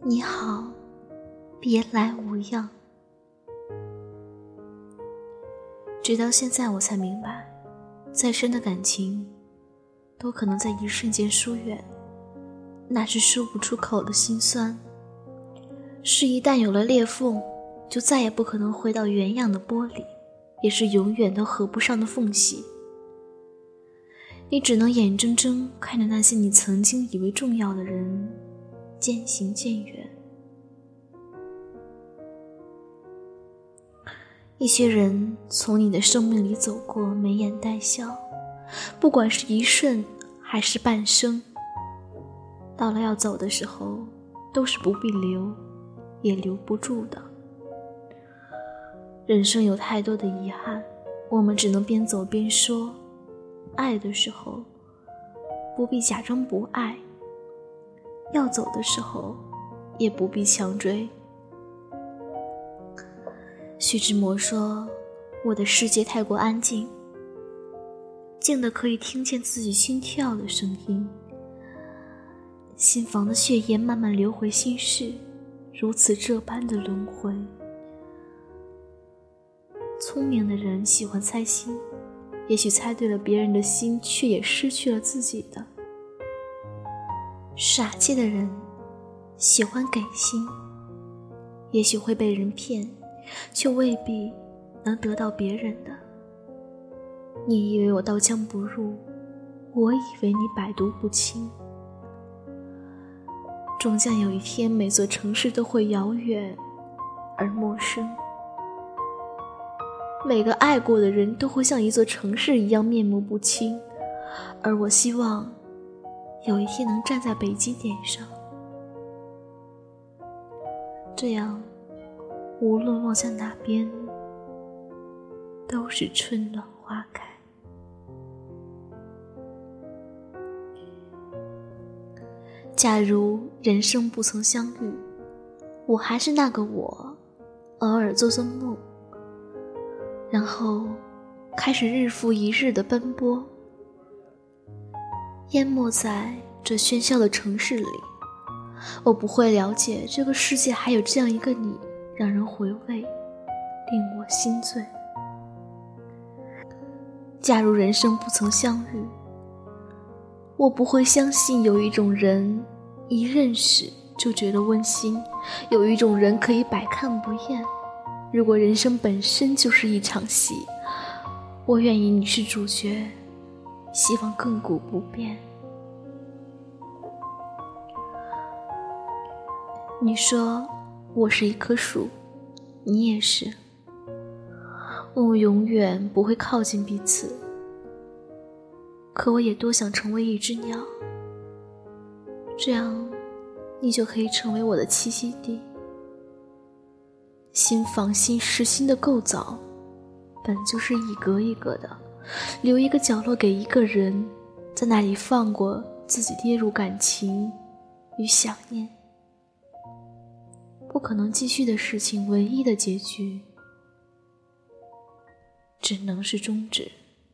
你好，别来无恙。直到现在我才明白，再深的感情都可能在一瞬间疏远，那是说不出口的心酸，是一旦有了裂缝，就再也不可能回到原样的玻璃，也是永远都合不上的缝隙。你只能眼睁睁看着那些你曾经以为重要的人渐行渐远。一些人从你的生命里走过，眉眼带笑，不管是一瞬还是半生，到了要走的时候，都是不必留也留不住的。人生有太多的遗憾，我们只能边走边说，爱的时候不必假装不爱，要走的时候也不必强追。徐志摩说，我的世界太过安静，静得可以听见自己心跳的声音，心房的血液慢慢流回心室，如此这般的轮回。聪明的人喜欢猜心，也许猜对了别人的心，却也失去了自己的。傻气的人喜欢给心，也许会被人骗，却未必能得到别人的。你以为我刀枪不入，我以为你百毒不侵。终将有一天，每座城市都会遥远而陌生，每个爱过的人都会像一座城市一样面目不清，而我希望有一天能站在北极点上，这样无论望向哪边，都是春暖花开。假如人生不曾相遇，我还是那个我，偶尔做做梦，然后开始日复一日的奔波，淹没在这喧嚣的城市里。我不会了解这个世界还有这样一个你，让人回味，令我心醉。假如人生不曾相遇，我不会相信有一种人一认识就觉得温馨，有一种人可以百看不厌。如果人生本身就是一场戏，我愿意你是主角，希望亘古不变。你说我是一棵树，你也是，我们永远不会靠近彼此，可我也多想成为一只鸟，这样你就可以成为我的栖息地。心房心室心的构造本就是一格一格的，留一个角落给一个人，在那里放过自己跌入感情与想念。不可能继续的事情，唯一的结局只能是终止。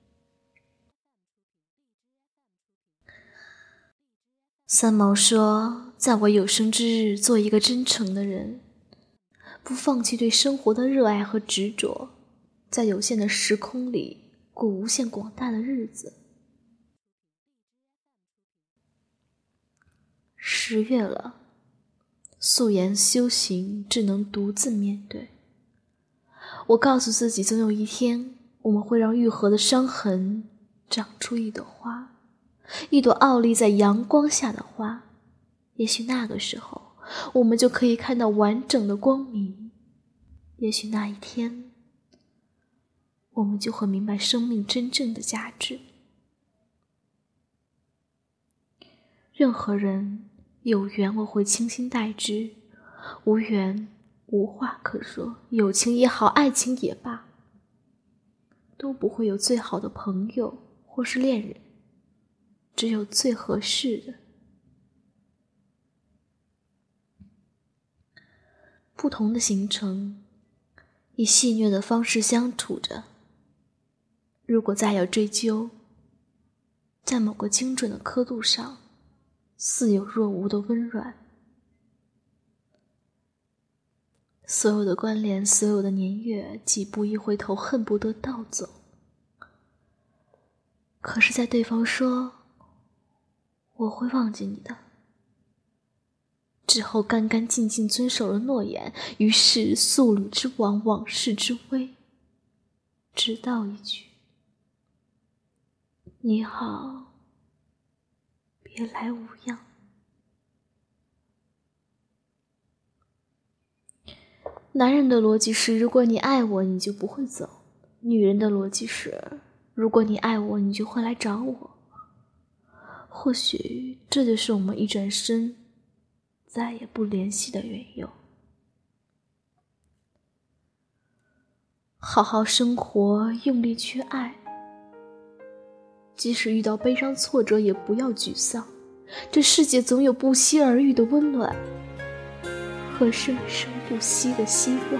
三毛说，在我有生之日，做一个真诚的人，不放弃对生活的热爱和执着，在有限的时空里过无限广大的日子。10月了，素颜修行只能独自面对。我告诉自己，总有一天我们会让愈合的伤痕长出一朵花，一朵傲立在阳光下的花。也许那个时候我们就可以看到完整的光明，也许那一天我们就会明白生命真正的价值。任何人有缘我会倾心待之，无缘无话可说，友情也好，爱情也罢，都不会有最好的朋友或是恋人，只有最合适的。不同的行程，以戏谑的方式相处着。如果再要追究，在某个精准的刻度上，似有若无的温软， 所有的关联，所有的年月，几步一回头，恨不得倒走。可是在对方说我会忘记你的之后，干干净净遵守了诺言，于是素履之往，往事之微，直到一句你好，别来无恙。男人的逻辑是，如果你爱我，你就不会走；女人的逻辑是，如果你爱我，你就会来找我。或许这就是我们一转身再也不联系的缘由。好好生活，用力去爱，即使遇到悲伤挫折，也不要沮丧。这世界总有不期而遇的温暖和生生不息的希望。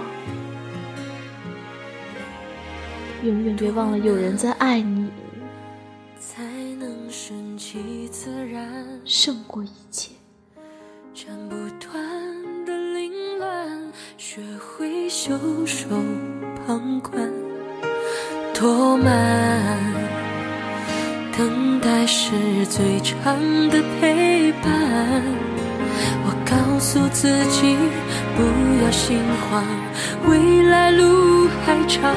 永远别忘了，有人在爱你， 才能顺其自然， 胜过一切。 斩不断的凌乱，学会袖手旁观，拖慢，等待是最长的陪伴。我告诉自己不要心慌，未来路还长。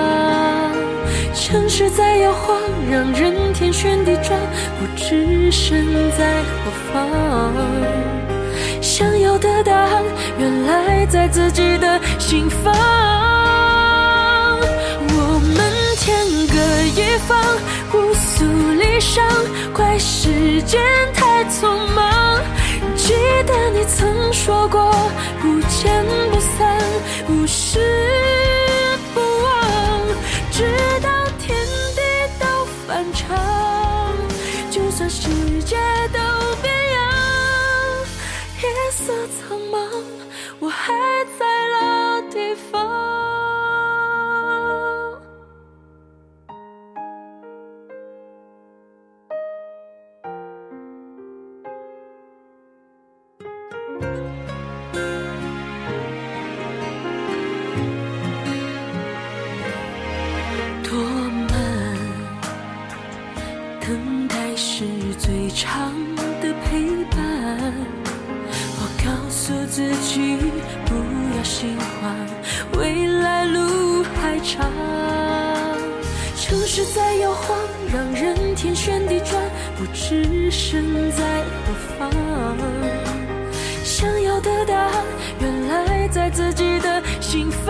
城市在摇晃，让人天旋地转，不知身在何方。想要的答案，原来在自己的心房。我们天各一方，互诉离殇，怪时间太匆忙。记得你曾说过，不见不散，无事不忘，直到天地都反常。就算世界都变样，夜色苍茫，我还在老地方。多慢，等待是最长的陪伴。我告诉自己不要心慌，未来路还长。城市在摇晃，让人天旋地转，不知身在何方。想要的答案，原来在自己的心房。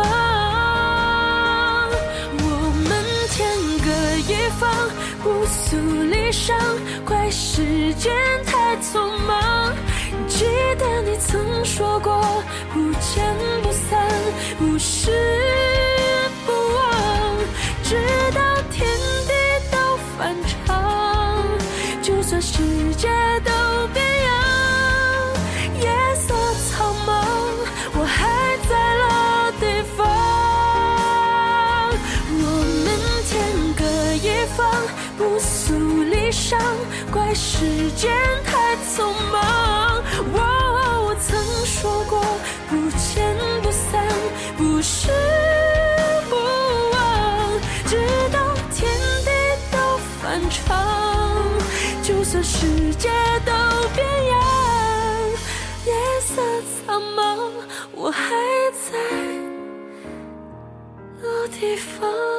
我们天各一方，互诉离殇，怪时间太匆忙。记得你曾说过，不见不散，无事不忘，直到天地都反常。就算世界都变样，夜色苍茫，我还在老地方。我们天各一方，互诉离殇，怪时间太匆忙。我曾说过，不见不散，不是不忘，直到天地都反常。就算世界都变样，夜色苍茫，我还在老地方。